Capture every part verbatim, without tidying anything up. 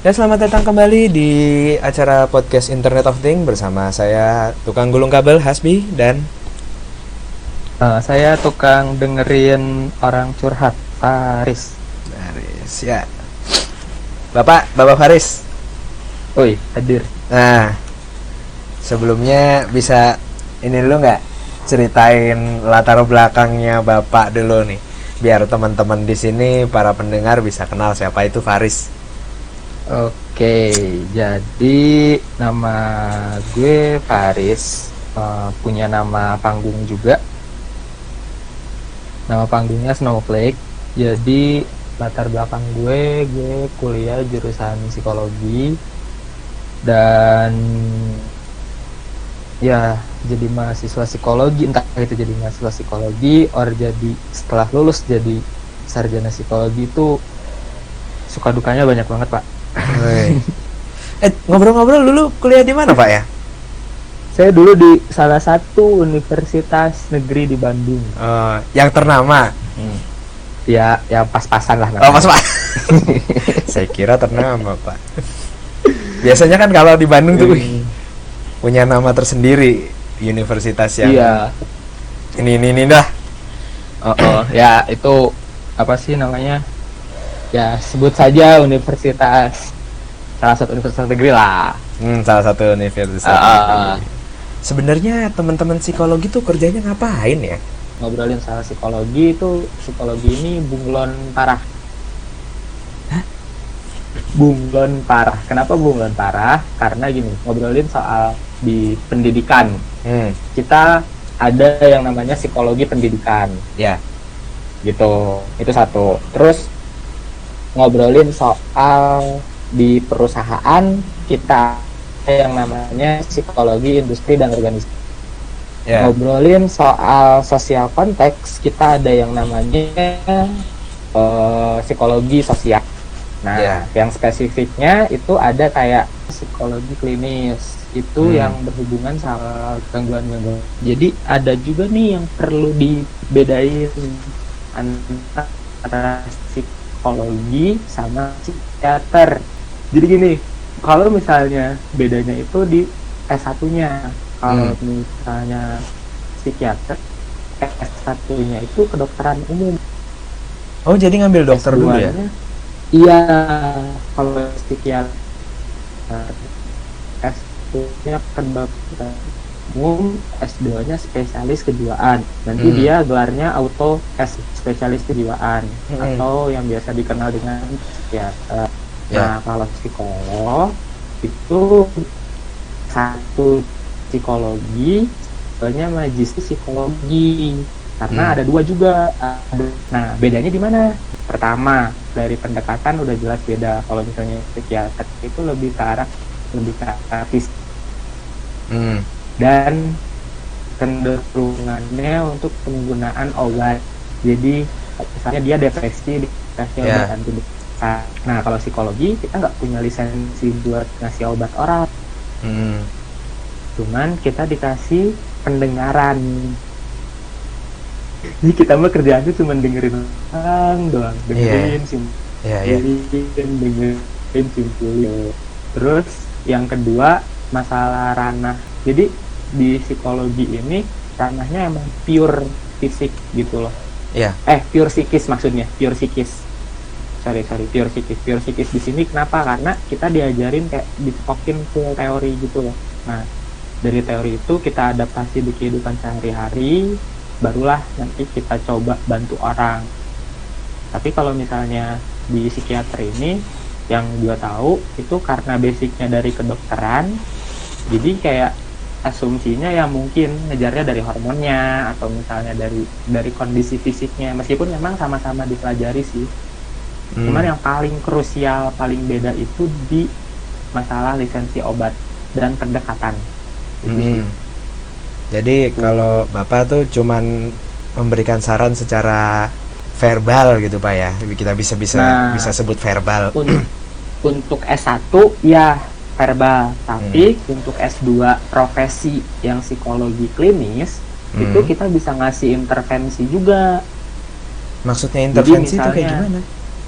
Ya, selamat datang kembali di acara podcast Internet of Things bersama saya tukang gulung kabel Hasbi dan Uh, saya tukang dengerin orang curhat, Faris. Faris. Ya, Bapak, Bapak Faris. Oi, hadir. Nah, sebelumnya bisa ini dulu nggak ceritain latar belakangnya Bapak dulu nih, biar teman-teman di sini para pendengar bisa kenal siapa itu Faris. Oke, jadi nama gue Faris, uh, punya nama panggung juga. Nama panggungnya Snowflake. Jadi latar belakang gue, gue kuliah jurusan psikologi dan ya jadi mahasiswa psikologi, entah itu jadi mahasiswa psikologi or jadi setelah lulus jadi sarjana psikologi itu suka dukanya banyak banget, Pak. eh ngobrol-ngobrol dulu kuliah di mana, Pak ya? Saya dulu di salah satu universitas negeri di Bandung. Uh, yang ternama. Hmm. Ya, yang pas-pasan lah. Oh, pas-pas. Saya kira ternama, Pak. Biasanya kan kalau di Bandung tuh hmm. punya nama tersendiri, universitas yang iya. Ini ini ini dah. Oh, oh, ya itu apa sih namanya? Ya sebut saja universitas, salah satu universitas negeri lah. Hmm, salah satu universitas. Uh, uh, Sebenarnya teman-teman psikologi tuh kerjanya ngapain ya? Ngobrolin soal psikologi itu, psikologi ini bunglon parah. Hah? Bunglon parah. Kenapa bunglon parah? Karena gini, ngobrolin soal di pendidikan. Hmm. Kita ada yang namanya psikologi pendidikan. Ya. Gitu. Itu satu. Terus ngobrolin soal di perusahaan kita yang namanya psikologi industri dan organisasi. Yeah. Ngobrolin soal sosial konteks kita ada yang namanya uh, psikologi sosial. Nah, yeah. yang spesifiknya itu ada kayak psikologi klinis itu hmm. yang berhubungan sama gangguan-gangguan. Jadi ada juga nih yang perlu dibedain antara psikologi sama psikiater. Jadi gini, kalau misalnya bedanya itu di S satu-nya. Kalau hmm. misalnya psikiater, S satu-nya itu kedokteran umum. Oh, jadi ngambil dokter dulu ya? Iya, kalau psikiater S satu-nya kedokteran umum, S dua-nya spesialis kejiwaan. Nanti hmm. dia gelarnya auto S spesialis kejiwaan hmm. atau yang biasa dikenal dengan psikiater. Nah, ya. Kalau psikolog itu satu psikologi, sebenarnya magister psikologi. Karena hmm. ada dua juga. Nah, bedanya di mana? Pertama, dari pendekatan udah jelas beda. Kalau misalnya psikiater itu lebih ke arah lebih ke arah fisik. Hmm. Dan cenderungannya untuk penggunaan obat. Jadi, misalnya dia depresi, dikasih obat anti depresi. Nah, kalau psikologi kita nggak punya lisensi buat ngasih obat oral. Hmm. Cuman kita dikasih pendengaran. Jadi kita mah kerjaannya cuma dengerin orang doang, dengerin, yeah. simpulin, yeah, yeah. dengerin, simpulin. Terus yang kedua masalah ranah. Jadi di psikologi ini ranahnya emang pure fisik gitu loh. Yeah. Eh pure psikis maksudnya, pure psikis. sorry sorry pure psikis pure psikis di sini kenapa? Karena kita diajarin kayak ditokin ke teori gitu loh. Nah, dari teori itu kita adaptasi di kehidupan sehari-hari, barulah nanti kita coba bantu orang. Tapi kalau misalnya di psikiater ini yang gue tahu itu karena basicnya dari kedokteran, jadi kayak asumsinya ya mungkin ngejarnya dari hormonnya atau misalnya dari dari kondisi fisiknya, meskipun memang sama-sama dipelajari sih. Hmm. Cuman yang paling krusial, paling beda itu di masalah lisensi obat dan pendekatan. Hmm. Jadi kalau Bapak tuh cuman memberikan saran secara verbal gitu Pak ya, kita bisa bisa nah, bisa sebut verbal. Un- untuk S satu ya verbal, tapi hmm. untuk S dua profesi yang psikologi klinis hmm. itu kita bisa ngasih intervensi juga. Maksudnya intervensi itu kayak gimana?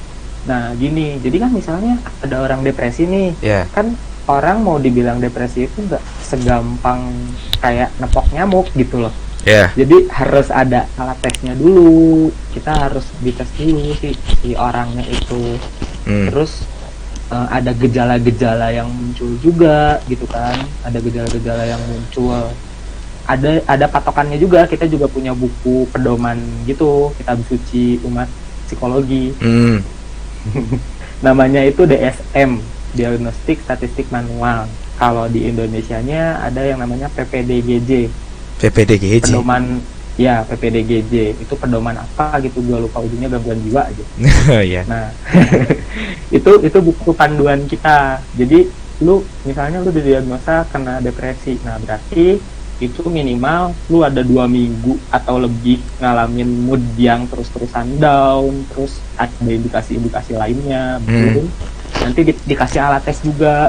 Nah gini, jadi kan misalnya ada orang depresi nih, yeah. kan orang mau dibilang depresi itu nggak segampang kayak nepok nyamuk gitu loh. Yeah. Jadi harus ada alat tesnya dulu, kita harus dites dulu si, si orangnya itu. Hmm. Terus uh, ada gejala-gejala yang muncul juga gitu kan, ada gejala-gejala yang muncul. Ada ada patokannya juga, kita juga punya buku pedoman gitu, kitab suci umat psikologi. Hmm. Namanya itu D S M, Diagnostik Statistik Manual. Kalau di Indonesianya ada yang namanya P P D G J. P P D G J. Pedoman ya, P P D G J itu pedoman apa gitu, gue lupa, ujungnya gangguan jiwa aja. Yeah. Nah, itu itu buku panduan kita. Jadi lu misalnya lu didiagnosa kena depresi, nah berarti itu minimal lu ada dua minggu atau lebih ngalamin mood yang terus-terusan down, terus ada indikasi-indikasi lainnya, hmm. nanti di, dikasih alat tes juga.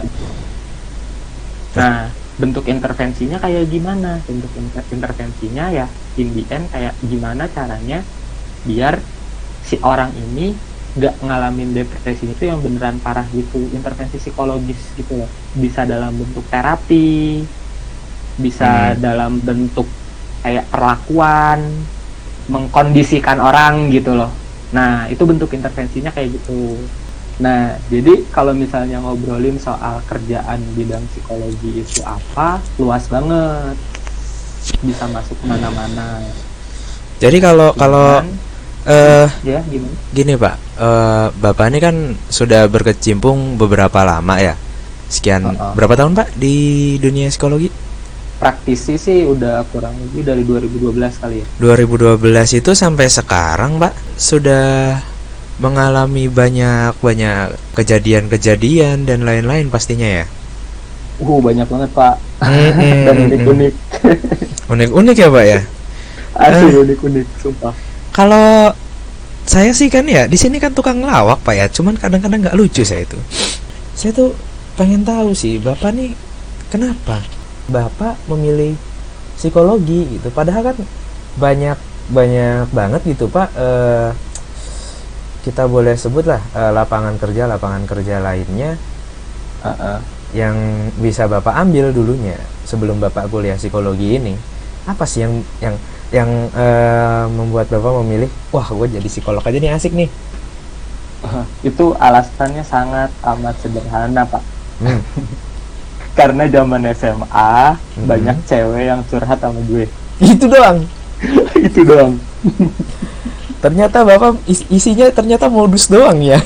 Nah, bentuk intervensinya kayak gimana? Bentuk inter- intervensinya ya in the end kayak gimana caranya biar si orang ini gak ngalamin depresi itu yang beneran parah gitu. Intervensi psikologis gitu loh. Bisa dalam bentuk terapi, bisa hmm. dalam bentuk kayak perlakuan, mengkondisikan orang gitu loh. Nah, itu bentuk intervensinya kayak gitu. Nah, jadi kalau misalnya ngobrolin soal kerjaan bidang psikologi itu apa, luas banget, bisa masuk kemana-mana. Jadi kalau Gimana? kalau uh, ya gimana? Gini Pak, uh, Bapak ini kan sudah berkecimpung beberapa lama ya, sekian uh-uh. berapa tahun Pak di dunia psikologi? Praktisi sih udah kurang lebih dari dua ribu dua belas kali ya. dua ribu dua belas itu sampai sekarang Pak sudah mengalami banyak-banyak kejadian-kejadian dan lain-lain pastinya ya? Uh, banyak banget Pak. Dan unik-unik. Unik-unik ya Pak ya? Asli uh, unik-unik, sumpah. Kalau saya sih kan ya, di sini kan tukang ngelawak Pak ya, cuman kadang-kadang nggak lucu saya itu. Saya tuh pengen tahu sih, Bapak nih kenapa Bapak memilih psikologi gitu? Padahal kan banyak-banyak banget gitu Pak. Uh, kita boleh sebut lah uh, lapangan kerja lapangan kerja lainnya uh-uh. yang bisa Bapak ambil dulunya sebelum Bapak kuliah psikologi ini. Apa sih yang yang yang uh, membuat Bapak memilih, wah gue jadi psikolog aja nih, asik nih? Uh, itu alasannya sangat amat sederhana Pak. hmm. Karena zaman S M A hmm. banyak cewek yang curhat sama gue. Itu doang? Itu doang. Ternyata Bapak is- isinya ternyata modus doang ya.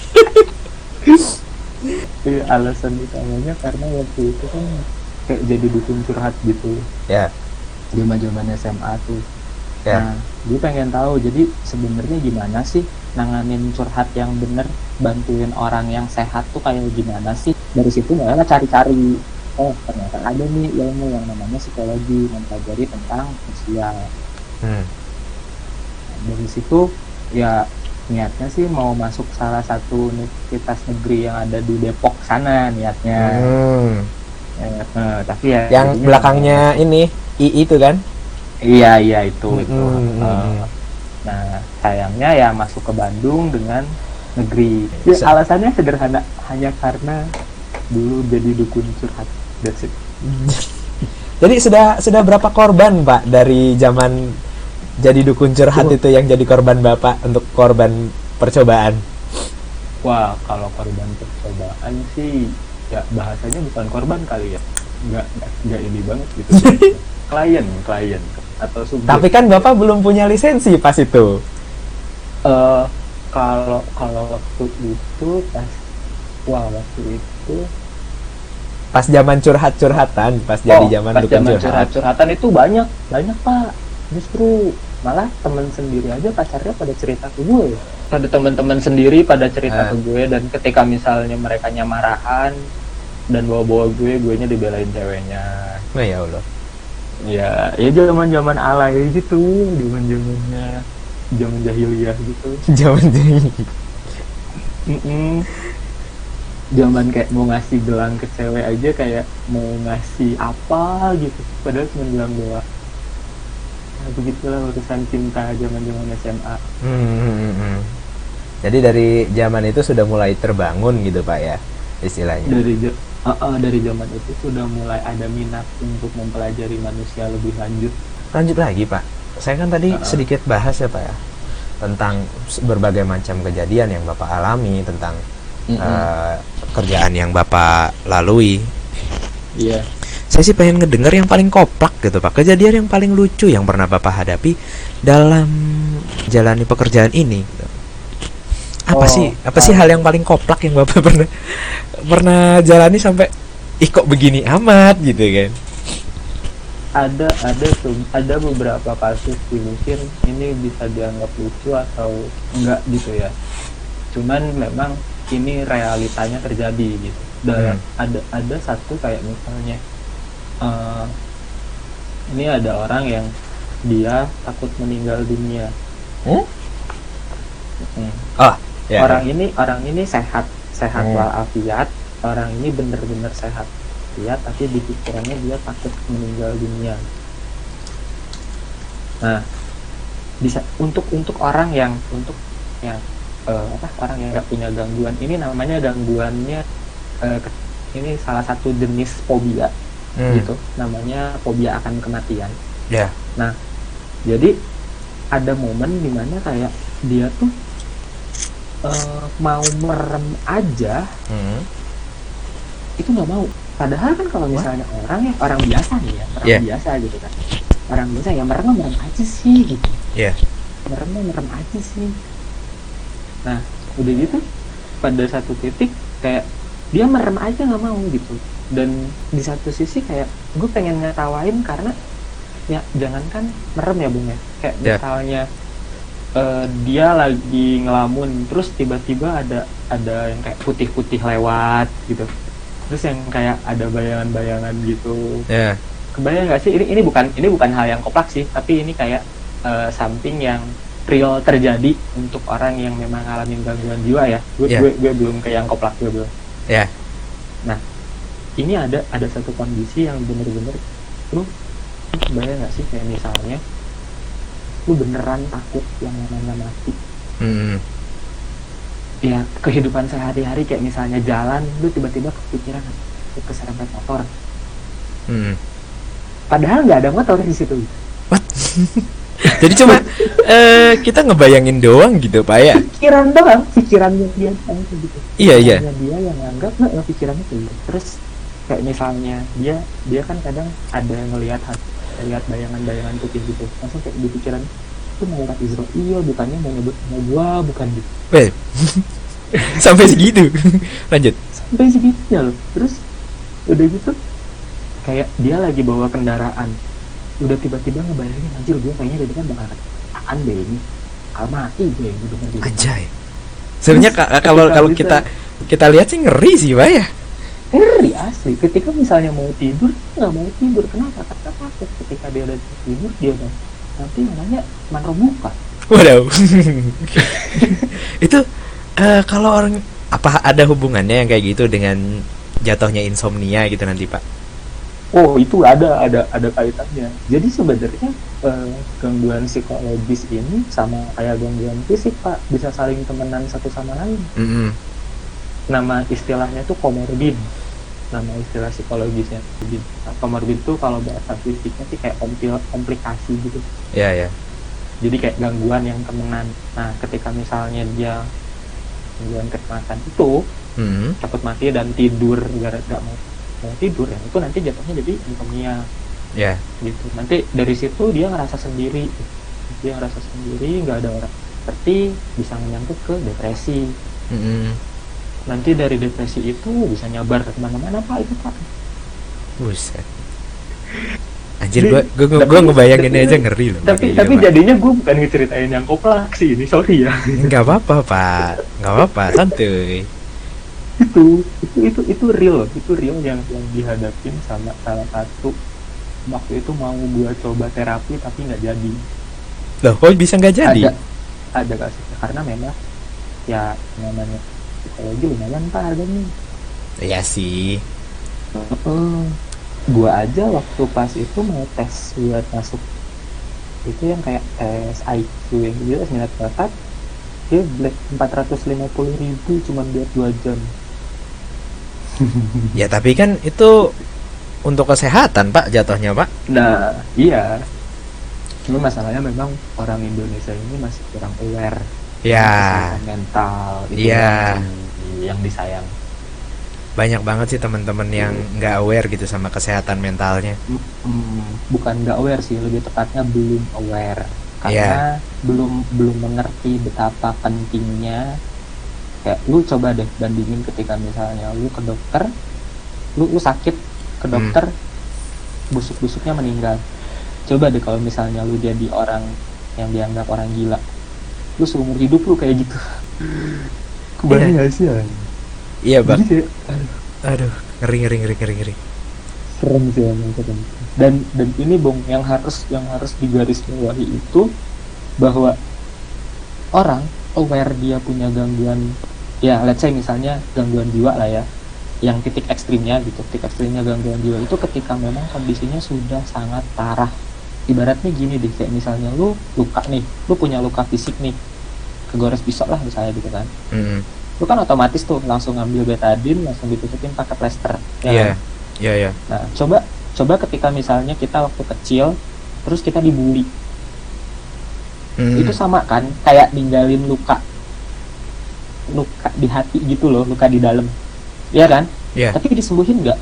Iya, alasan utamanya karena waktu itu kan kayak jadi dukun curhat gitu. Ya. Yeah. Zaman-zaman S M A tuh. Yeah. Nah, gue pengen tahu jadi sebenarnya gimana sih nanganin curhat yang bener, bantuin orang yang sehat tuh kayak gimana sih? Dari situ malah cari-cari. Oh, ternyata ada nih ilmu yang namanya psikologi, mempelajari tentang sosial. Hmm. Dari situ ya niatnya sih mau masuk salah satu universitas negeri yang ada di Depok sana niatnya. Hmm. Ya, nah, tapi ya yang belakangnya ya, ini I itu kan? Iya iya itu hmm, itu. Hmm, uh, nah sayangnya ya masuk ke Bandung dengan negeri. Ya, alasannya sederhana, hanya karena dulu jadi dukun curhat. That's it. Jadi sudah sudah berapa korban Pak dari zaman jadi dukun curhat oh. itu yang jadi korban Bapak untuk korban percobaan? Wah, kalau korban percobaan sih ya bahasanya bukan korban kali ya. Enggak enggak ini banget gitu. klien, klien atau subjek. Tapi kan Bapak belum punya lisensi pas itu. Eh uh, kalau kalau waktu itu pas wah waktu itu pas zaman curhat-curhatan, pas oh, jadi zaman pas dukun curhat. curhat-curhatan itu banyak, banyak Pak. Justru malah teman sendiri aja pacarnya pada cerita ke gue. Ada teman-teman sendiri pada cerita ah. ke gue, dan ketika misalnya mereka marahan dan bawa-bawa gue, gue nya dibelain ceweknya. Nah, ya Allah. Ya, ya zaman-zaman alay gitu, zaman-zamannya zaman jahiliyah gitu. Zaman jahiliyah. Zaman kayak mau ngasih gelang ke cewek aja kayak mau ngasih apa gitu, padahal cuma gelang doang. Nah, begitulah urusan cinta zaman-zaman S M A. Hmm, hmm, hmm. Jadi dari zaman itu sudah mulai terbangun gitu Pak ya, istilahnya. Dari uh, uh, dari zaman itu sudah mulai ada minat untuk mempelajari manusia lebih lanjut. Lanjut lagi Pak, saya kan tadi uh-uh. sedikit bahas ya Pak ya, tentang berbagai macam kejadian yang Bapak alami, tentang mm-hmm. uh, kerjaan yang Bapak lalui. Iya. Yeah. Saya sih pengen ngedenger yang paling koplak gitu Pak, kejadian yang paling lucu yang pernah Bapak hadapi dalam jalani pekerjaan ini gitu. Apa oh, sih apa uh, sih hal yang paling koplak yang Bapak pernah pernah jalani sampai ih kok begini amat gitu kan? Ada ada tuh ada beberapa kasus sih, mungkin ini bisa dianggap lucu atau enggak gitu ya. Cuman memang ini realitanya terjadi gitu. Dan hmm. ada ada satu kayak misalnya uh, ini ada orang yang dia takut meninggal dunia. Hmm? Hmm. Ah, ya, orang ya. ini orang ini sehat sehat hmm. walafiat, orang ini benar-benar sehat. Dia tapi di pikirannya dia takut meninggal dunia. Nah, bisa untuk untuk orang yang untuk yang uh, apa orang yang nggak punya gangguan ini, namanya gangguannya uh, ini salah satu jenis fobia hmm. gitu, namanya fobia akan kematian. Ya. Yeah. Nah, jadi ada momen dimana kayak dia tuh uh, mau merem aja, hmm. itu nggak mau. Padahal kan kalau misalnya What? orang ya orang biasa nih ya, orang yeah. biasa gitu kan, orang biasa ya merem merem aja sih gitu, yeah. merem merem aja sih. Nah udah gitu pada satu titik kayak dia merem aja nggak mau gitu, dan di satu sisi kayak gue pengen ngetawain karena ya jangankan merem ya bung ya, kayak yeah. misalnya uh, dia lagi ngelamun terus tiba-tiba ada ada yang kayak putih-putih lewat gitu. Terus yang kayak ada bayangan-bayangan gitu. Yeah. Kebayang nggak sih? Ini ini bukan ini bukan hal yang koplak sih, tapi ini kayak uh, something yang real terjadi untuk orang yang memang ngalamin gangguan jiwa ya. Gue yeah. gue, gue belum kayak yang koplak gue belum. Yeah. Nah, ini ada ada satu kondisi yang bener-bener lu kebayang nggak sih kayak misalnya lu beneran takut yang namanya mati. Mm. Ya kehidupan sehari-hari kayak misalnya jalan lu tiba-tiba kepikiran keserempet motor. Hmm. Padahal nggak ada motor di situ. What? Jadi cuma uh, kita ngebayangin doang gitu Pak ya? Pikiran doang, pikirannya dia gitu. Iya iya. Dia yang nganggap nggak pikirannya tuh. Terus kayak misalnya dia dia kan kadang ada ngelihat ngelihat bayangan-bayangan putih gitu. Langsung kayak di pikiran itu mau lihat Israel, bukannya mau nyebut mau gua bukan gitu. Weh. Sampai segitu. Lanjut. Sampai segitunya loh. Terus udah gitu kayak dia lagi bawa kendaraan, udah tiba-tiba ngebayangin anjir gue kayaknya di depan bakal akan deh ini kalau mati gue gue denger gitu. Anjay. Sebenarnya kalau kalau kita kita lihat sih ngeri sih Pak ya. Ngeri asli. Ketika misalnya mau tidur nggak mau tidur, kenapa? Karena takut ketika dia udah tidur dia udah nanti namanya manro buka. Waduh. Itu uh, kalau orang apa ada hubungannya yang kayak gitu dengan jatuhnya insomnia gitu nanti Pak? Oh itu ada ada ada kaitannya. Jadi sebenarnya uh, gangguan psikologis ini sama kayak gangguan fisik Pak, bisa saling temenan satu sama lain. Mm-hmm. Nama istilahnya tuh komorbid. Nama istilah psikologisnya komorbid tuh kalau bahasa fisiknya sih kayak komplikasi gitu. Iya yeah, ya. Yeah. Jadi kayak gangguan yang temenan. Nah ketika misalnya dia gangguan kecemasan itu mm-hmm. takut mati dan tidur gara-gara mau mau tidur ya, itu nanti jatuhnya jadi insomnia. Ya. Yeah. Gitu. Nanti dari situ dia ngerasa sendiri, dia ngerasa sendiri, nggak ada orang seperti bisa menyangkut ke depresi. Mm-hmm. Nanti dari depresi itu bisa nyabar ke kemana-mana Pak itu Pak. Buset. Anjir gue gue gue ngebayanginnya aja ngeri loh. Tapi tapi Pak. Jadinya gue bukan ngeceritain yang koplak sih ini, sorry ya. Nggak apa-apa Pak, nggak apa-apa, santuy. itu itu itu itu real itu real yang yang dihadapin sama salah satu waktu itu mau gua coba terapi tapi nggak jadi. Loh kok bisa nggak jadi? Ada ada kasusnya karena memang ya namanya psikologi lumayan Pak harganya. Iya sih. Uh, gua aja waktu pas itu mau tes buat masuk itu yang kayak tes I Q yang gitu, tes minat bakat dia black empat ratus lima puluh ribu cuma buat dua jam. Ya tapi kan itu untuk kesehatan Pak jatuhnya Pak. Nah iya, cuma masalahnya memang orang Indonesia ini masih kurang aware Ya. kesehatan mental itu Iya. yang, yang disayang. Banyak banget sih teman-teman yang nggak aware gitu sama kesehatan mentalnya. Hmm, bukan nggak aware sih, lebih tepatnya belum aware karena belum belum mengerti betapa pentingnya. Kayak lu coba deh bandingin ketika misalnya lu ke dokter, lu lu sakit ke dokter, busuk-busuknya meninggal. Coba deh kalau misalnya lu jadi orang yang dianggap orang gila, lu seumur hidup lu kayak gitu. Kebayang nggak sih ya? Iya Bang. Jadi kayak, Aduh, ngeri ngeri ngeri ngeri ngeri. serem sih emang serem. Dan dan ini Bung yang harus yang harus digarisbawahi itu bahwa orang aware dia punya gangguan, ya let's say misalnya gangguan jiwa lah ya, yang titik ekstrimnya gitu, titik ekstrimnya gangguan jiwa itu ketika memang kondisinya sudah sangat parah. Ibaratnya gini deh, kayak misalnya lu luka nih, lu punya luka fisik nih, kegores pisau lah misalnya gitu kan. Mm. Lu kan otomatis tuh langsung ngambil betadine, langsung ditutupin pakai plester. Iya, iya, iya. Nah, coba coba ketika misalnya kita waktu kecil terus kita dibully. Mm. Itu sama kan kayak ninggalin luka luka di hati gitu loh, luka di dalam. Iya kan? Iya. Tapi disembuhin nggak?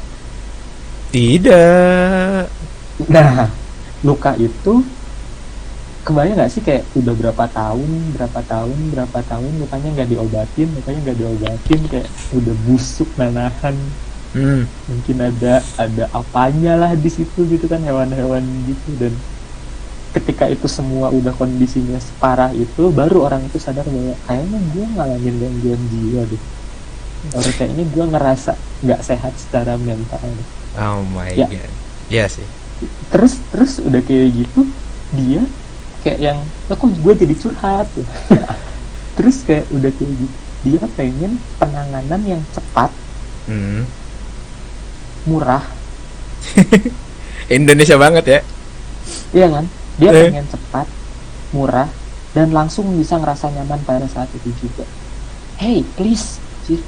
Tidak. Nah, luka itu kebayang nggak sih kayak udah berapa tahun, berapa tahun, berapa tahun lukanya nggak diobatin, lukanya nggak diobatin, kayak udah busuk nanahan. Mm. Mungkin ada ada apanya lah di situ gitu kan, hewan-hewan gitu. Dan ketika itu semua udah kondisinya separah itu, baru orang itu sadar bahwa kayaknya gue ngalamin gangguan jiwa deh, baru kayaknya gue ngerasa nggak sehat secara mental deh. Oh my Ya. god. Iya sih. Terus terus udah kayak gitu dia kayak yang, "Lah kok gue jadi curhat?" Terus kayak udah kayak gitu dia pengen penanganan yang cepat, Mm. murah. Indonesia banget ya. Iya kan? Dia Eh. pengen cepat, murah, dan langsung bisa ngerasa nyaman pada saat itu juga. Hey, please, Cir.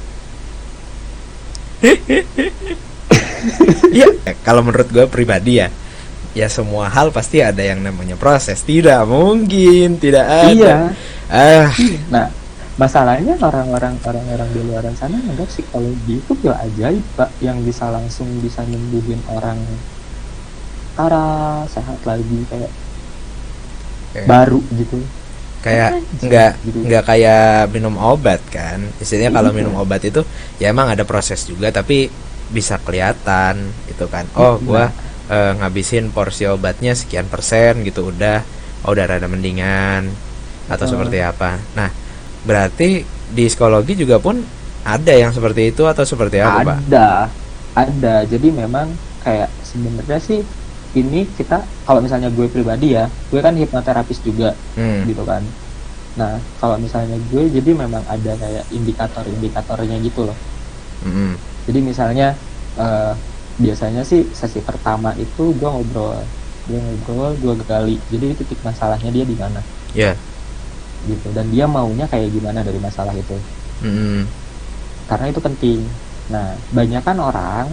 Iya, eh, kalau menurut gue pribadi ya, ya semua hal pasti ada yang namanya proses. Tidak mungkin tidak ada. Iya. Ah, Nah, masalahnya orang-orang orang-orang di luar sana menganggap psikologi itu pil ajaib, Pak, yang bisa langsung bisa nyembuhin orang parah, sehat lagi kayak Kayak- baru gitu. kayak Anjir, nggak gitu. nggak kayak minum obat kan. Istilahnya kalau Iya. minum obat itu ya emang ada proses juga, tapi bisa kelihatan gitu kan. Oh, gua eh, ngabisin porsi obatnya sekian persen gitu, udah oh, udah rada mendingan atau Hmm. seperti apa. Nah, berarti di psikologi juga pun ada yang seperti itu atau seperti apa, Pak? Ada, ada. Jadi memang kayak sebenarnya sih ini kita, kalau misalnya gue pribadi ya, gue kan hipnoterapis juga Hmm. gitu kan. Nah, kalau misalnya gue jadi memang ada kayak indikator-indikatornya gitu loh. Mm-mm. Jadi misalnya eh, biasanya sih sesi pertama itu gue ngobrol, gue ngobrol, gue gali. Jadi titik masalahnya dia di mana, Ya. gitu. Dan dia maunya kayak gimana dari masalah itu. Mm-mm. Karena itu penting. Nah, banyakan orang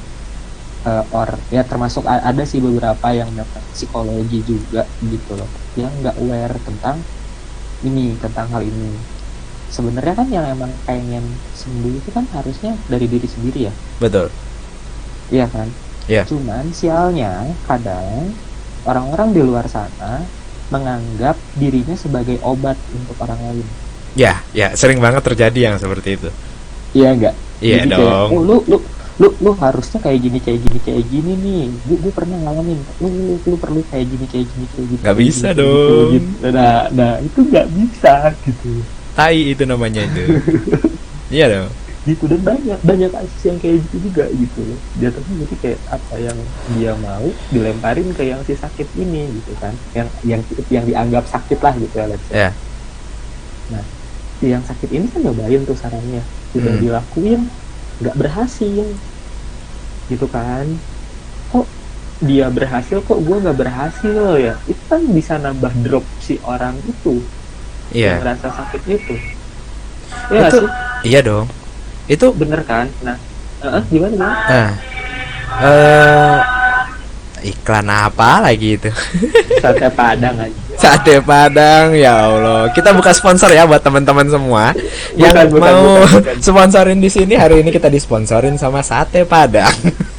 uh, or ya termasuk a- ada sih beberapa yang dapat psikologi juga gitu loh, yang nggak aware tentang ini, tentang hal ini. Sebenarnya kan yang emang pengen sembuh itu kan harusnya dari diri sendiri ya, Betul. iya kan? Iya. Cuman sialnya kadang orang-orang di luar sana menganggap dirinya sebagai obat untuk orang lain. Ya, ya sering banget terjadi yang seperti itu. Iya enggak? Iya Jadi dong. kayak, oh, lu lu lu lu harusnya kayak gini kayak gini kayak gini nih. Gue gue pernah ngalamin. Lu, lu lu perlu kayak gini kayak gini kayak gini. Nggak kayak bisa gini, kayak dong. gitu, gitu. Nah, nah itu nggak bisa gitu. Tai itu namanya itu. Iya dong. Gitu, dan banyak banyak kasus yang kayak gitu juga gitu loh. Jatuhnya jadi kayak apa yang dia mau dilemparin ke yang si sakit ini gitu kan. Yang yang yang dianggap sakit lah gitu ya, let's say. Ya. Nah, si yang sakit ini kan nyobain tuh sarannya, udah Hmm. dilakuin, nggak berhasil, gitu kan? Kok dia berhasil, kok gue nggak berhasil ya? Itu kan bisa nambah drop si orang itu. Iya. yang ngerasa sakit itu. Iya Itu sih, iya dong. Itu bener kan? Nah, uh, gimana gimana? nah eh iklan apa lagi itu? Sate Padang aja. Sate Padang, ya Allah. Kita buka sponsor ya buat teman-teman semua yang Bukan, bukan, mau bukan, bukan. sponsorin di sini. Hari ini kita disponsorin sama Sate Padang.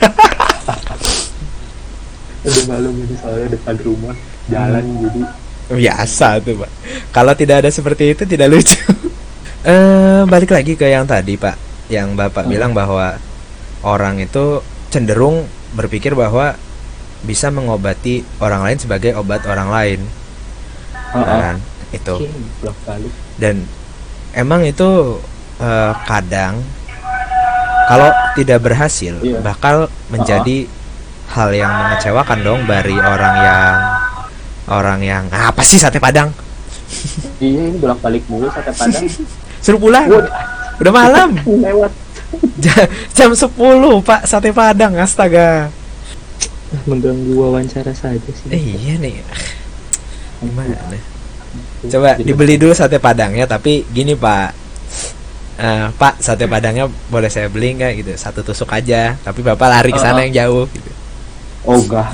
Udah malu ini soalnya depan rumah jalan Hmm. jadi Biasa tuh, Pak. Kalau tidak ada seperti itu tidak lucu. Eh, balik lagi ke yang tadi, Pak. Yang Bapak Hmm. bilang bahwa orang itu cenderung berpikir bahwa bisa mengobati orang lain sebagai obat orang lain. oh, oh. Kan? Itu. Oke, blok balik. Dan emang itu eh, kadang kalau tidak berhasil Iya. bakal menjadi hal yang mengecewakan dong dari orang yang orang yang "Ah, apa sih Sate Padang? Iya, ini bolak balik mulu Sate Padang. Suruh pulang. Waduh, Udah malam. lewat. Ja- Jam sepuluh Pak, Sate Padang, astaga. Mengganggu wawancara saja sih. Eh, iya nih. Gimana? Coba dibeli dulu Sate Padangnya, tapi gini Pak. Eh, Pak, Sate Padangnya boleh saya beli nggak gitu? Satu tusuk aja, tapi Bapak lari ke sana Oh, oh. yang jauh gitu. Oh enggak.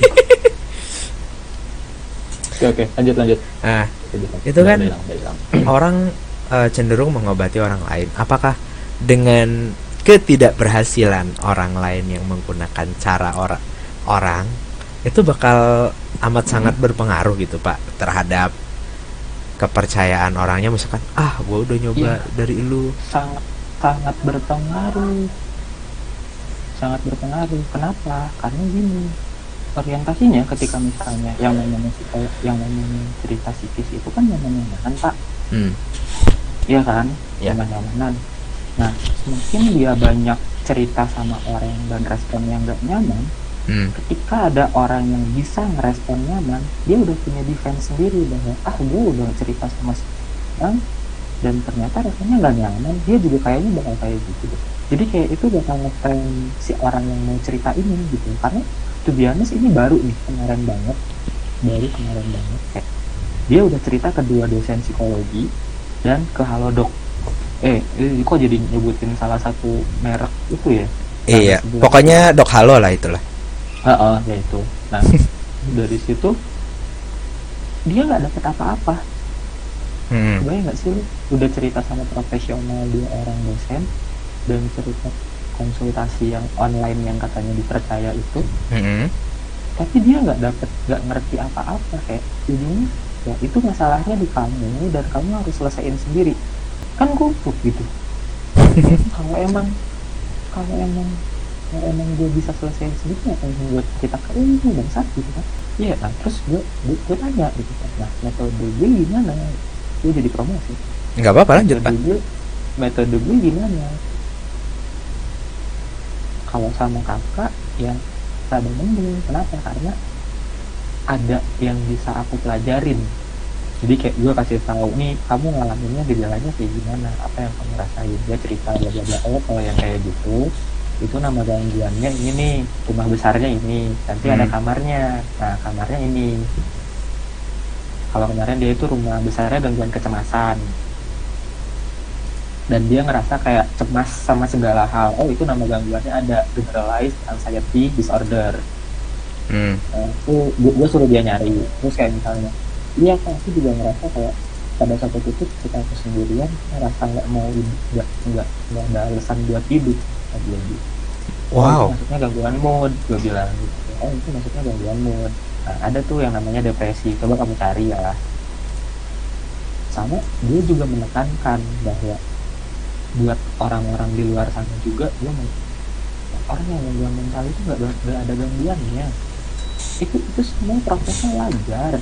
Oke, oke, lanjut lanjut. Nah, Lanjut, lanjut. itu kan Udah hilang, udah hilang. orang eh, cenderung mengobati orang lain. Apakah dengan ketidakberhasilan orang lain yang menggunakan cara orang orang itu bakal amat sangat berpengaruh gitu Pak terhadap kepercayaan orangnya, misalkan ah gue udah nyoba Iya. dari lu. Sangat sangat berpengaruh. Sangat berpengaruh. Kenapa? Karena gini. Orientasinya ketika misalnya yang namanya psiko- yang namanya cerita psikis itu kan nyaman-nyamanan Pak, Hmm. iya kan, Ya. nyaman-nyamanan. Nah, semakin dia banyak cerita sama orang dan respon yang gak nyaman, Hmm. ketika ada orang yang bisa ngerespon nyaman, dia udah punya defense sendiri bahwa ah gue udah cerita sama si orang dan ternyata rasanya nggak nyaman, dia juga kayaknya bakal kayak gitu deh. Jadi kayak itu bakal ngeframe si orang yang mau cerita ini gitu, karena to be honest ini baru nih kemarin banget, baru kemarin banget kayak dia udah cerita ke dua dosen psikologi dan ke Halodoc. Eh, eh kok jadi nyebutin salah satu merek itu ya? Iya, Sebuah- pokoknya Dok Halo lah itulah. Heeh, ya itu. Nah, dari situ dia nggak dapet apa-apa. Hmm. Kebayang nggak sih lu udah cerita sama profesional dua orang dosen dan cerita konsultasi yang online yang katanya dipercaya itu, Hmm. tapi dia nggak dapet nggak ngerti apa-apa kayak ujungnya ya itu masalahnya di kamu dan kamu harus selesaiin sendiri kan goblok gitu. Kalau emang kalau emang kalau emang gue bisa selesaiin sendiri apa yang gue cerita ke lu dan saat gitu kan. Iya kan, terus gue gue, gue tanya gitu kan, nah metode gue gimana, gue jadi promosi Nggak apa-apa, lanjut Pak. metode gue metode gue gimana. Kalau sama kakak ya rada mending, kenapa, karena ada yang bisa aku pelajarin. Jadi kayak gue kasih tahu nih, kamu ngalaminnya gejalanya kayak gimana, apa yang kamu rasain, dia cerita bla bla bla. Oh kalau yang kayak gitu itu nama gangguannya ini nih, rumah besarnya ini, nanti Hmm. ada kamarnya, nah kamarnya ini. Kalau kemarin dia itu rumah besarnya gangguan kecemasan dan dia ngerasa kayak cemas sama segala hal, oh itu nama gangguannya ada generalized anxiety disorder. Hmm. Nah, itu gue suruh dia nyari, terus kayak misalnya iya kan, aku juga ngerasa kayak pada satu titik ketika aku sendirian ngerasa nggak mau hidup, nggak nggak nggak ada alasan buat hidup. Nah, dia gitu. Oh, itu Wow. maksudnya gangguan mood, gue bilang gitu. Oh itu maksudnya gangguan mood. Nah, ada tuh yang namanya depresi, coba kamu cari ya. Sama dia juga menekankan bahwa buat orang-orang di luar sana juga, dia mau orang yang gangguan mental itu nggak nggak ada gangguannya, itu itu semua prosesnya wajar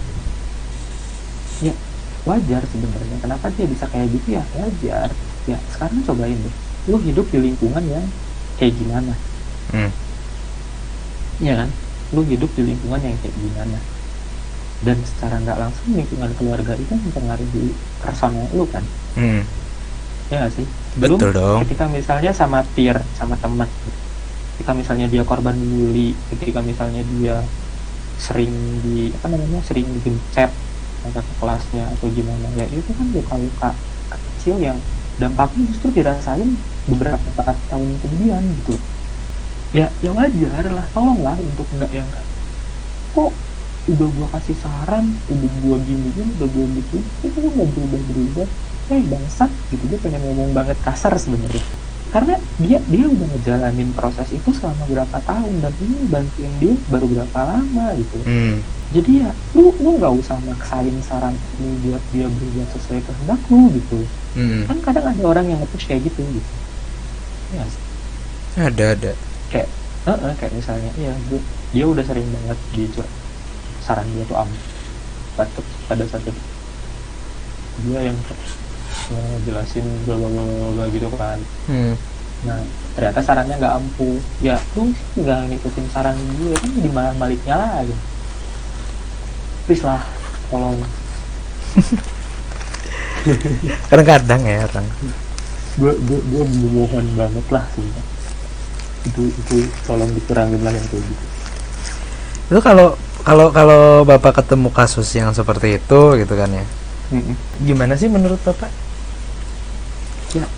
ya, wajar sebenarnya. Kenapa dia bisa kayak gitu ya, wajar ya. Sekarang cobain deh lu hidup di lingkungan yang kayak gimana. Hmm. Iya kan, lu hidup di lingkungan yang kayak gimana dan secara nggak langsung lingkungan keluarga itu mempengaruhi personal lu kan. Hmm. Ya nggak sih? Betul Lu dong. ketika misalnya sama peer, sama teman, ketika misalnya dia korban bully, ketika misalnya dia sering di apa namanya sering di chat kakak kelasnya atau gimana, ya itu kan luka-luka kecil yang dampaknya justru dirasain beberapa tahun kemudian gitu. Ya ya wajar lah, tolonglah untuk enggak yang kok udah gua kasih saran, udah gua giniin, udah gua gitu, itu nggak berubah-berubah, eh bangsat gitu. Dia pengen ngomong banget kasar sebenarnya, karena dia dia udah ngejalanin proses itu selama berapa tahun dan ini bantuin dia baru berapa lama gitu. Hmm. Jadi ya lu lu nggak usah maksain saran ini buat dia berubah sesuai kehendak lu gitu. Hmm. Kan kadang ada orang yang nge-push kayak gitu gitu. Ya, Ada ada. kayak uh, uh, kayak misalnya ya gua, dia udah sering banget gitu saran dia tuh am pada pada saat itu dia yang uh, jelasin bla bla bla bla gitu kan. Hmm. Nah ternyata sarannya nggak ampuh, ya lu nggak ngikutin saran gue kan di baliknya lagi. Please lah, tolong. Kadang-kadang ya orang. Gue gue gue memohon banget lah sih. Itu itu tolong dikurangin lah yang kayak gitu. Itu kalau kalau kalau Bapak ketemu kasus yang seperti itu gitu kan ya. Mm-mm. Gimana sih menurut Bapak? Ya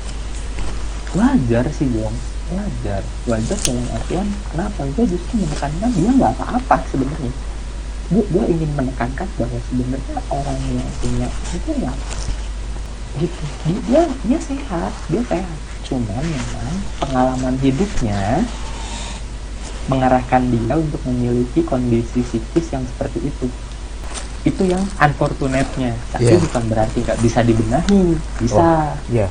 wajar sih Bang, wajar wajar dalam artian kenapa gue justru menekankan dia nggak apa-apa sebenarnya. Gue gue ingin menekankan bahwa sebenarnya orang yang punya itu nggak gitu, dia, dia dia sehat, dia sehat, cuman memang pengalaman hidupnya mengarahkan dia untuk memiliki kondisi psikis yang seperti itu. Itu yang unfortunate-nya, tapi Yeah. bukan berarti nggak bisa dibenahi, bisa. Iya.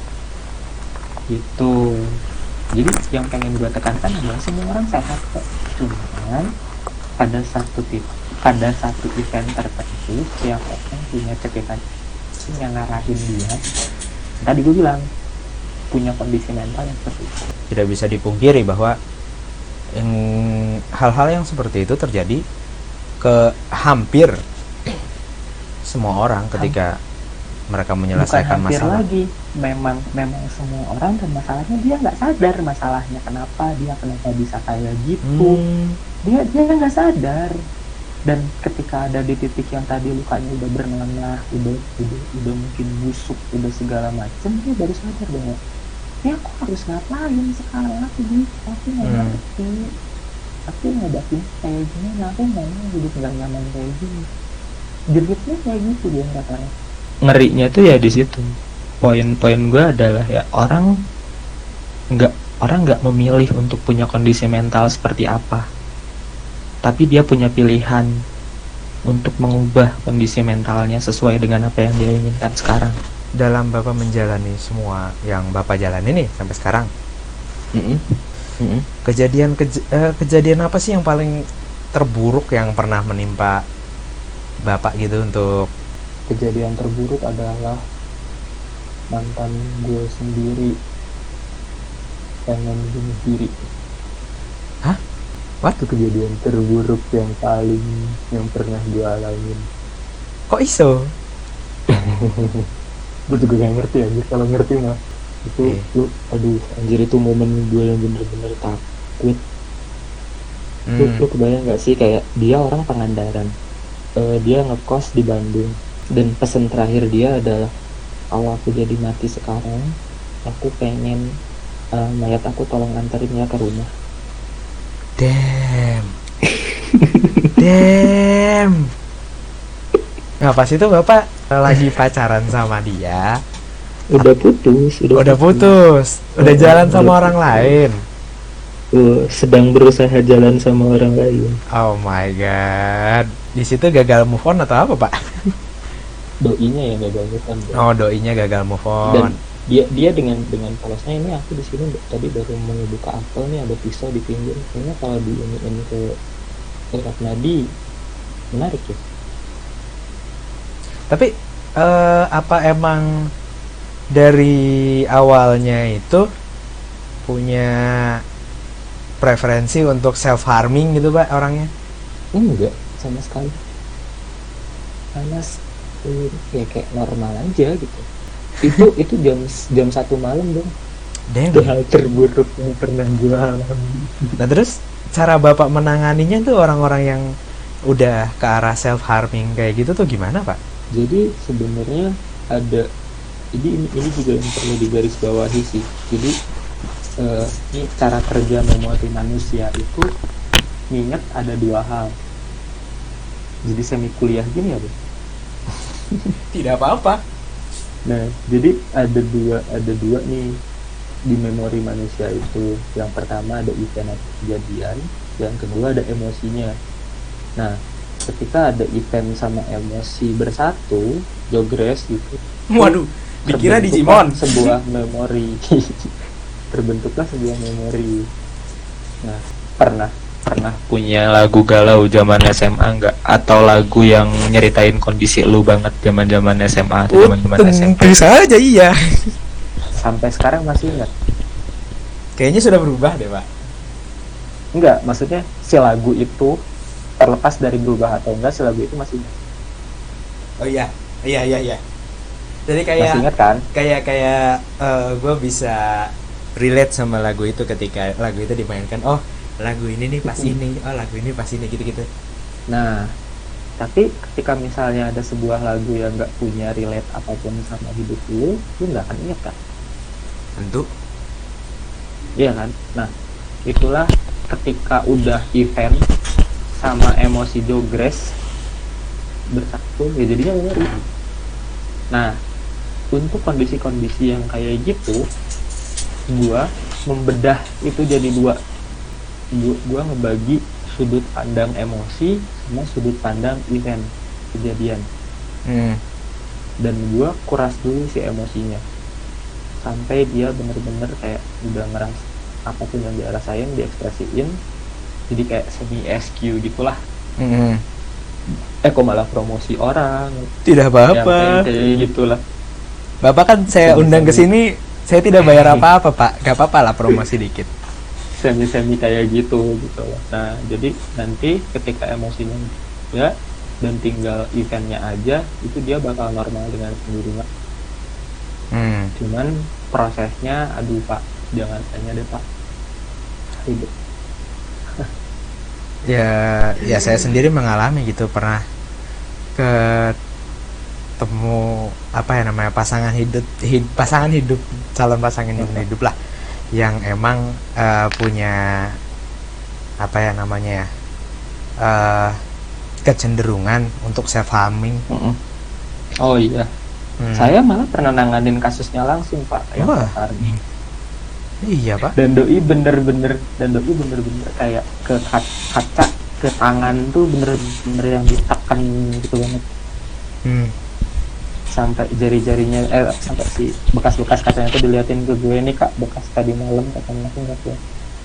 Gitu. Jadi yang pengen gue tekankan adalah semua orang sehat kok, cuman pada satu titik, pada satu event tertentu setiap orang punya cekikan yang ngarahin dia. Tadi gue bilang punya kondisi mental yang seperti itu. Tidak bisa dipungkiri bahwa yang hal-hal yang seperti itu terjadi ke hampir semua orang ketika mereka menyelesaikan Bukan hampir masalah. lagi, memang memang semua orang, dan masalahnya dia nggak sadar masalahnya kenapa dia kenapa bisa kayak gitu. Hmm. Dia dia nggak sadar. Dan ketika ada di titik yang tadi lukanya udah bernanah, udah udah udah mungkin busuk, udah segala macam, dia baru sadar bahwa ya aku harus ngapain sekarang, aku gitu, aku nggak Hmm. ngerti, aku ngadapin kayak gini, aku mau hidup nggak nyaman kayak gini. Jeritnya kayak gitu dia rata-rata. Ngerinya tuh ya di situ. Poin-poin gue adalah ya orang nggak orang nggak memilih untuk punya kondisi mental seperti apa, tapi dia punya pilihan untuk mengubah kondisi mentalnya sesuai dengan apa yang dia inginkan sekarang. Dalam Bapak menjalani semua yang Bapak jalani nih sampai sekarang, Mm-mm. Mm-mm. kejadian kej- eh, kejadian apa sih yang paling terburuk yang pernah menimpa Bapak gitu untuk Kejadian terburuk adalah mantan gue sendiri pengen bunuh diri. Hah? What? Itu kejadian terburuk yang paling yang pernah gue alamin. kok iso? Gue juga gak ngerti anjir, kalau ngerti mah itu Iya. lu, aduh anjir, itu momen gue yang bener-bener takut. Lu, Hmm. lu kebayang gak sih, kayak dia orang Pangandaran, Eh, dia ngekos di Bandung, dan pesan terakhir dia adalah kalau aku jadi mati sekarang, aku pengen eh, mayat aku tolong anterin ya ke rumah. Damn. Damn. Nah pas itu Bapak lagi pacaran sama dia, Udah putus, udah, udah putus, udah jalan sama Udah orang putus. lain. Uh, sedang berusaha jalan sama orang lain. Oh my god. Di situ gagal move on atau apa Pak? Doinya yang gagal move on. Bro. Oh doinya gagal move Dan on. dia dia dengan dengan polosnya, ini aku di sini tadi baru mau buka apel nih, ada pisau di pinggir, kayaknya kalau di ini ini ke urat nadi menarik ya. Tapi eh, apa emang dari awalnya itu punya preferensi untuk self harming gitu Pak orangnya? Enggak sama sekali, karena uh, ya kayak normal aja gitu. Itu itu jam jam satu malam dong. Damn. Itu hal terburuk yang pernah gue alami. Nah terus cara Bapak menanganinya tuh orang-orang yang udah ke arah self harming kayak gitu tuh gimana Pak? Jadi sebenarnya ada, jadi ini, ini juga yang perlu digarisbawahi sih. Jadi eh, ini cara kerja memori manusia itu ingat ada dua hal. Jadi semi kuliah gini ya, Bu? Tidak apa-apa. Nah, jadi ada dua ada dua nih di memori manusia itu. Yang pertama ada event atau kejadian, yang kedua ada emosinya. Nah, ketika ada event sama emosi bersatu, jogres gitu. Waduh, dikira terbentuklah Digimon. Sebuah memori. Terbentuklah sebuah memori. Nah, pernah pernah punya lagu galau zaman S M A nggak? Atau lagu yang nyeritain kondisi lu banget zaman-zaman S M A atau zaman-zaman S M P? Tentu saja iya. Sampai sekarang masih ingat? Kayaknya sudah berubah deh, Pak. Enggak, maksudnya si lagu itu terlepas dari berubah atau enggak, si lagu itu masih ingat. Oh iya, iya iya iya. Jadi Masih kayak ingat kan? kayak kayak gue bisa relate sama lagu itu ketika lagu itu dimainkan. Oh, lagu ini nih pas ini. Oh, lagu ini pas ini gitu-gitu. Nah, tapi ketika misalnya ada sebuah lagu yang nggak punya relate apapun sama hidup lu, lu nggak akan ingat kan? Tentu. Iya kan? Nah, itulah ketika udah event sama emosi jogres bersatu, ya jadinya memori. Nah, untuk kondisi-kondisi yang kayak gitu, gua membedah itu jadi dua. Gua, gua ngebagi sudut pandang emosi sama sudut pandang event kejadian. Hmm. Dan gua kuras dulu si emosinya sampai dia bener-bener kayak udah ngerasa apapun yang dia rasain diekspresiin, jadi kayak semi S Q gitulah. Hmm. Eh kok malah promosi orang? Tidak apa-apa. Yang kayak, kayak gitulah. Bapak kan saya Semi-semi. undang ke sini, saya tidak bayar apa-apa, Pak. Gak apa-apa lah promosi dikit. Semi-semi kayak gitu gitu loh. Nah, jadi nanti ketika emosinya ya dan tinggal eventnya aja, itu dia bakal normal dengan sendirinya. Hmm. Cuman prosesnya, aduh Pak, jangan tanya deh Pak, ribet. Ya, ya saya sendiri mengalami gitu, pernah ketemu apa ya namanya pasangan hidup, hid, pasangan hidup, calon pasangan Hmm. hidup lah, yang emang uh, punya apa ya namanya ya, uh, kecenderungan untuk self harming. Mm-mm. Oh iya. Hmm. Saya malah pernah nanganin kasusnya langsung Pak, yang Wah. harming. Iya Pak. Dan doi bener-bener dan doi bener-bener kayak ke kaca, ke tangan tuh bener-bener yang ditekan gitu banget. Hmm. Sampai jari-jarinya eh sampai si bekas-bekas kacanya tuh diliatin ke gue, nih Kak, bekas tadi malam katanya, aku nggak tahu.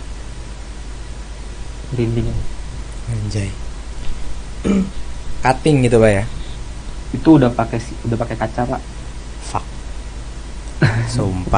Merinding. Anjay. Cutting gitu Pak ya. Itu udah pakai udah pakai kaca Pak. Fuck. Sumpah.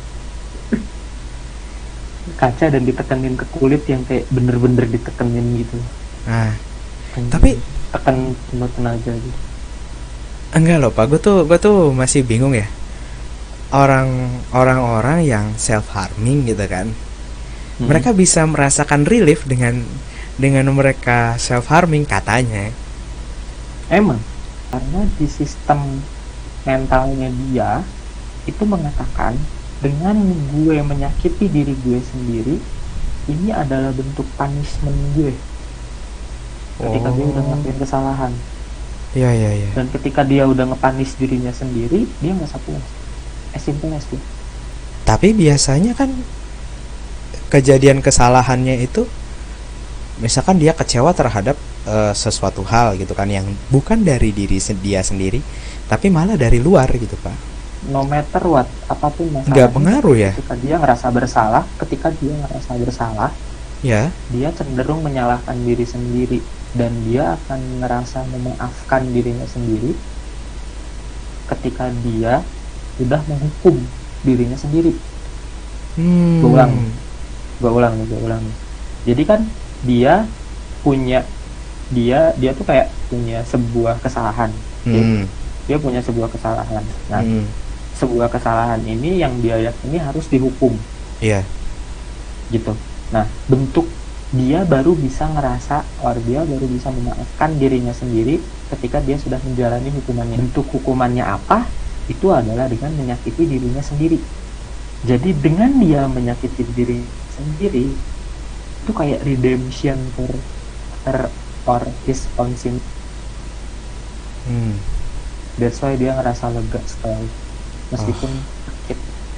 Kaca dan ditekenin ke kulit yang kayak bener-bener ditekenin gitu. Nah, Kan tapi tekan penuh tenaga gitu. enggak loh Pak, gue tuh gue tuh masih bingung ya. Orang orang-orang yang self harming gitu kan. Hmm. Mereka bisa merasakan relief dengan dengan mereka self harming katanya. Emang karena di sistem mentalnya dia itu mengatakan dengan gue menyakiti diri gue sendiri, ini adalah bentuk punishment gue ketika Oh. dia udah ngelakuin kesalahan. Iya iya iya. Dan ketika dia udah ngepanis dirinya sendiri, dia nggak puas. As simple as itu. Tapi biasanya kan kejadian kesalahannya itu, misalkan dia kecewa terhadap uh, sesuatu hal gitu kan, yang bukan dari diri se- dia sendiri, tapi malah dari luar gitu Pak. No matter what, apapun masalahnya, Nggak pengaruh ya? ketika dia ngerasa bersalah, ketika dia ngerasa bersalah, Ya. dia cenderung menyalahkan diri sendiri dan dia akan ngerasa memaafkan dirinya sendiri ketika dia sudah menghukum dirinya sendiri. Hmm. Gue ulang, gue ulang, gue ulang. Jadi kan dia punya dia dia tuh kayak punya sebuah kesalahan. Hmm. Dia punya sebuah kesalahan. Nah, Hmm. sebuah kesalahan ini yang dia yakini harus dihukum. Iya. Gitu. Nah, bentuk dia baru bisa ngerasa, or dia baru bisa memaafkan dirinya sendiri ketika dia sudah menjalani hukumannya. Bentuk hukumannya apa? Itu adalah dengan menyakiti dirinya sendiri. Jadi dengan dia menyakiti diri sendiri, itu kayak redemption for her or his own sin. Hmm. That's why dia ngerasa lega sekali meskipun Oh. sakit.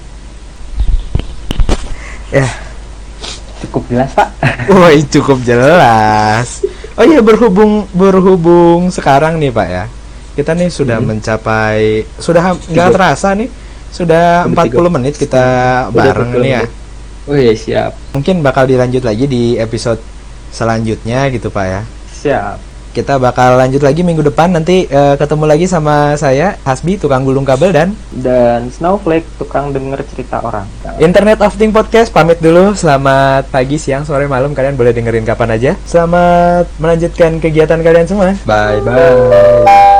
Ya. Cukup jelas, Pak. Woi, cukup jelas. Oh iya, berhubung berhubung sekarang nih Pak ya, kita nih sudah Hmm. mencapai, sudah ham- nggak Tiga. terasa nih, sudah Udah empat puluh tiga. menit kita Udah bareng empat puluh nih ya. menit. Oh iya, siap. Mungkin bakal dilanjut lagi di episode selanjutnya gitu Pak ya. Siap. Kita bakal lanjut lagi minggu depan, nanti eh, ketemu lagi sama saya Hasbi, tukang gulung kabel, dan Dan Snowflake, tukang denger cerita orang. Internet of Things Podcast pamit dulu. Selamat pagi, siang, sore, malam, kalian boleh dengerin kapan aja. Selamat melanjutkan kegiatan kalian semua. Bye bye.